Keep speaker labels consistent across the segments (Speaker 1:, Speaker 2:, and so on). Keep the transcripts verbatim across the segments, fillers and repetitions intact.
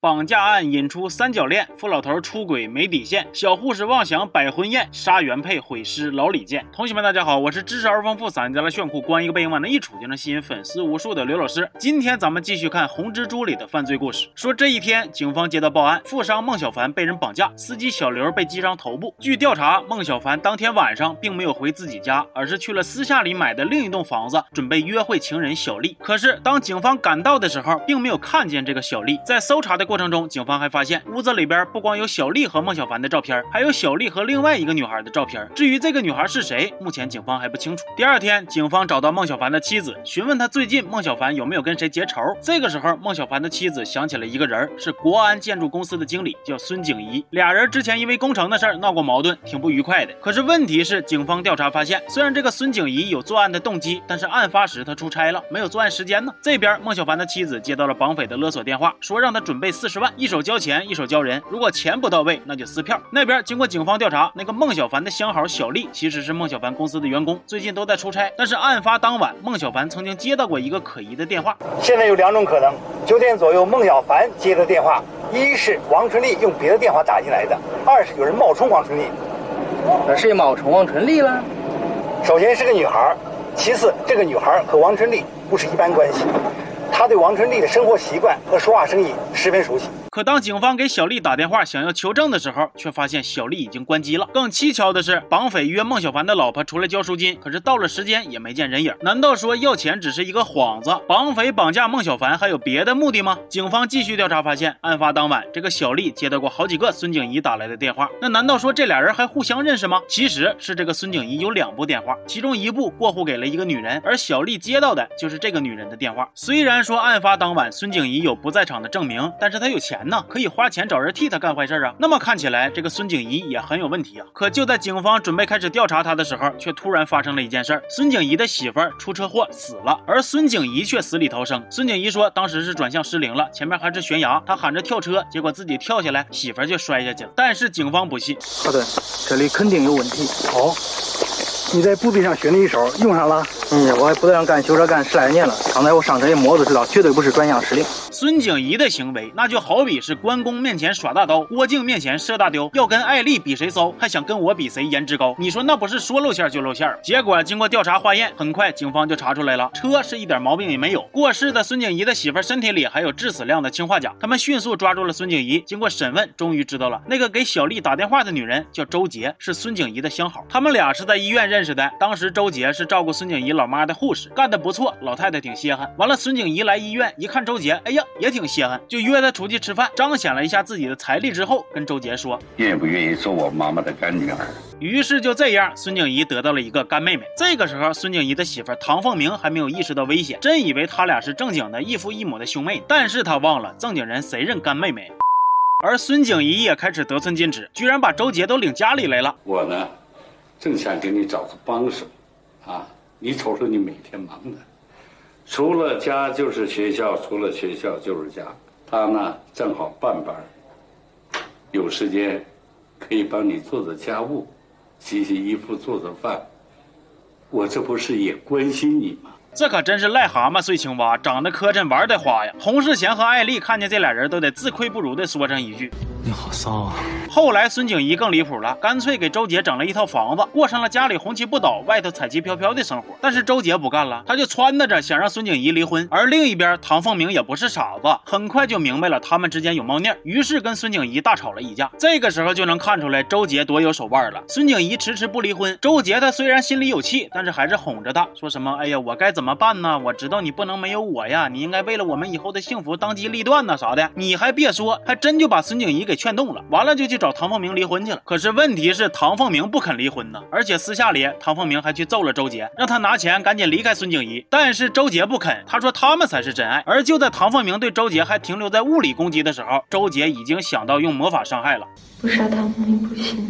Speaker 1: 绑架案引出三角恋，富老头出轨没底线，小护士妄想摆婚宴，杀原配毁尸老李健。同学们大家好，我是知识而丰富，嗓音加了炫酷，光一个背影往那一杵就能吸引粉丝无数的刘老师。今天咱们继续看《红蜘蛛》里的犯罪故事。说这一天，警方接到报案，富商孟小凡被人绑架，司机小刘被击伤头部。据调查，孟小凡当天晚上并没有回自己家，而是去了私下里买的另一栋房子，准备约会情人小丽。可是当警方赶到的时候，并没有看见这个小丽。在搜查的过程中，警方还发现屋子里边不光有小丽和孟小凡的照片，还有小丽和另外一个女孩的照片。至于这个女孩是谁，目前警方还不清楚。第二天，警方找到孟小凡的妻子，询问他最近孟小凡有没有跟谁结仇。这个时候，孟小凡的妻子想起了一个人，是国安建筑公司的经理，叫孙景怡。俩人之前因为工程的事儿闹过矛盾，挺不愉快的。可是问题是，警方调查发现，虽然这个孙景怡有作案的动机，但是案发时他出差了，没有作案时间呢。这边孟小凡的妻子接到了绑匪的勒索电话，说让他准备四十万，一手交钱，一手交人，如果钱不到位，那就撕票。那边经过警方调查，那个孟小凡的相好小丽其实是孟小凡公司的员工，最近都在出差。但是案发当晚，孟小凡曾经接到过一个可疑的电话。
Speaker 2: 现在有两种可能，九点左右孟小凡接的电话，一是王春丽用别的电话打进来的，二是有人冒充王春丽。
Speaker 3: 谁冒充王春丽了？
Speaker 2: 首先是个女孩，其次这个女孩和王春丽不是一般关系，她对王春丽的生活习惯和说话声音十分熟悉。
Speaker 1: 可当警方给小丽打电话想要求证的时候，却发现小丽已经关机了。更蹊跷的是，绑匪约孟小凡的老婆出来交赎金，可是到了时间也没见人影。难道说要钱只是一个幌子？绑匪绑架孟小凡还有别的目的吗？警方继续调查发现，案发当晚，这个小丽接到过好几个孙景怡打来的电话。那难道说这俩人还互相认识吗？其实是这个孙景怡有两部电话，其中一部过户给了一个女人，而小丽接到的就是这个女人的电话。虽然说案发当晚孙景怡有不在场的证明，但是她有钱呢，可以花钱找人替她干坏事啊。那么看起来这个孙景怡也很有问题啊。可就在警方准备开始调查她的时候，却突然发生了一件事儿：孙景怡的媳妇儿出车祸死了，而孙景怡却死里逃生。孙景怡说当时是转向失灵了，前面还是悬崖，她喊着跳车，结果自己跳下来，媳妇儿就摔下去了。但是警方不信，
Speaker 3: 好的，这里肯定有问题。
Speaker 2: 哦，你在部队上学了一手，用上了？
Speaker 3: 嗯，我在部队上干修车干十来年了，刚才我上车一摸就知道，绝对不是转向失灵。
Speaker 1: 孙景怡的行为那就好比是关公面前耍大刀，郭靖面前射大雕，要跟艾丽比谁骚，还想跟我比谁颜值高，你说那不是说露馅就露馅？结果经过调查化验，很快警方就查出来了，车是一点毛病也没有。过世的孙景怡的媳妇身体里还有致死量的氰化钾，他们迅速抓住了孙景怡。经过审问，终于知道了那个给小丽打电话的女人叫周杰，是孙景怡的相好，他们俩是在医院认识的。当时周杰是照顾孙景怡老妈的护士，干得不错，老太太挺稀罕。完了，孙景怡来医院一看周杰，哎呀也挺稀罕，就约他出去吃饭，彰显了一下自己的财力之后，跟周杰说
Speaker 4: 愿不愿意做我妈妈的干女儿。
Speaker 1: 于是就这样，孙景怡得到了一个干妹妹。这个时候，孙景怡的媳妇唐凤鸣还没有意识到危险，真以为他俩是正经的异父异母的兄妹，但是他忘了正经人谁认干妹妹。而孙景怡也开始得寸进尺，居然把周杰都领家里来了。
Speaker 4: 我呢正想给你找个帮手啊，你瞅瞅你每天忙的，除了家就是学校，除了学校就是家。他呢正好半班，有时间可以帮你做做家务，洗洗衣服，做做饭。我这不是也关心你吗？
Speaker 1: 这可真是癞蛤蟆睡青蛙，长得磕碜玩得花呀。洪世贤和艾丽看见这俩人都得自愧不如的说上一句
Speaker 3: 你好骚啊。
Speaker 1: 后来孙景怡更离谱了，干脆给周杰整了一套房子，过上了家里红旗不倒外头彩旗飘飘的生活。但是周杰不干了，他就撺掇着想让孙景怡离婚。而另一边唐凤鸣也不是傻子，很快就明白了他们之间有猫腻，于是跟孙景怡大吵了一架。这个时候就能看出来周杰多有手腕了。孙景怡迟迟不离婚，周杰他虽然心里有气，但是还是哄着他，说什么哎呀我该怎么办呢？我知道你不能没有我呀，你应该为了我们以后的幸福当机立断呢啥的。你还别说，还真就把孙景怡给劝动了，完了就去找唐凤鸣离婚去了。可是问题是唐凤鸣不肯离婚呢，而且私下里唐凤鸣还去揍了周杰，让他拿钱赶紧离开孙景怡。但是周杰不肯，他说他们才是真爱。而就在唐凤鸣对周杰还停留在物理攻击的时候，周杰已经想到用魔法伤害了。
Speaker 5: 不杀唐凤鸣不行，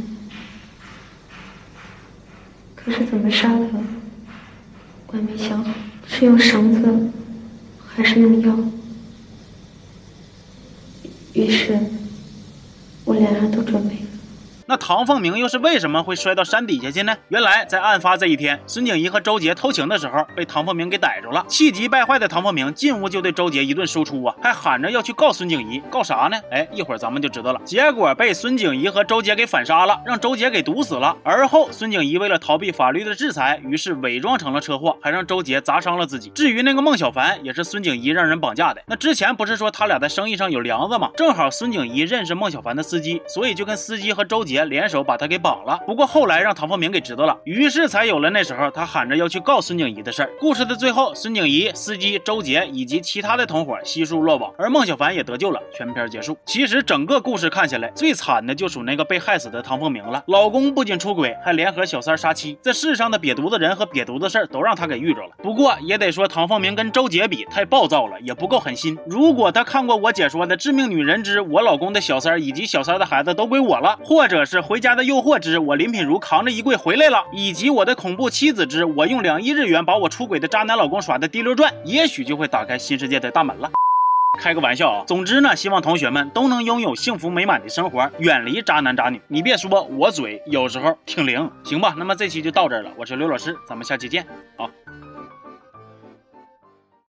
Speaker 5: 可是怎么杀他我还没想好，是用绳子还是用药。于是我两样都准备了。
Speaker 1: 那唐凤鸣又是为什么会摔到山底下去呢？原来在案发这一天，孙景怡和周杰偷情的时候被唐凤鸣给逮住了。气急败坏的唐凤鸣进屋就对周杰一顿输出啊，还喊着要去告孙景怡，告啥呢？哎，一会儿咱们就知道了。结果被孙景怡和周杰给反杀了，让周杰给毒死了。而后孙景怡为了逃避法律的制裁，于是伪装成了车祸，还让周杰砸伤了自己。至于那个孟小凡，也是孙景怡让人绑架的。那之前不是说他俩在生意上有梁子吗？正好孙景怡认识孟小凡的司机，所以就跟司机和周杰联手把他给绑了。不过后来让唐凤鸣给知道了，于是才有了那时候他喊着要去告孙景怡的事儿。故事的最后，孙景怡、司机、周杰以及其他的同伙悉数落网，而孟小凡也得救了，全片结束。其实整个故事看下来，最惨的就属那个被害死的唐凤鸣了。老公不仅出轨，还联合小三杀妻，在世上的瘪犊子人和瘪犊子事儿都让他给遇着了。不过也得说唐凤鸣跟周杰比太暴躁了，也不够狠心。如果他看过我解说的《致命女人之我老公的小三以及小三的孩子都归我了》，或者是《回家的诱惑之我林品如扛着衣柜回来了》，以及我的恐怖妻子之我用两亿日元把我出轨的渣男老公耍的滴溜转，也许就会打开新世界的大门了。开个玩笑啊！总之呢，希望同学们都能拥有幸福美满的生活，远离渣男渣女。你别说，我嘴有时候挺灵，行吧？那么这期就到这儿了，我是刘老师，咱们下期见啊！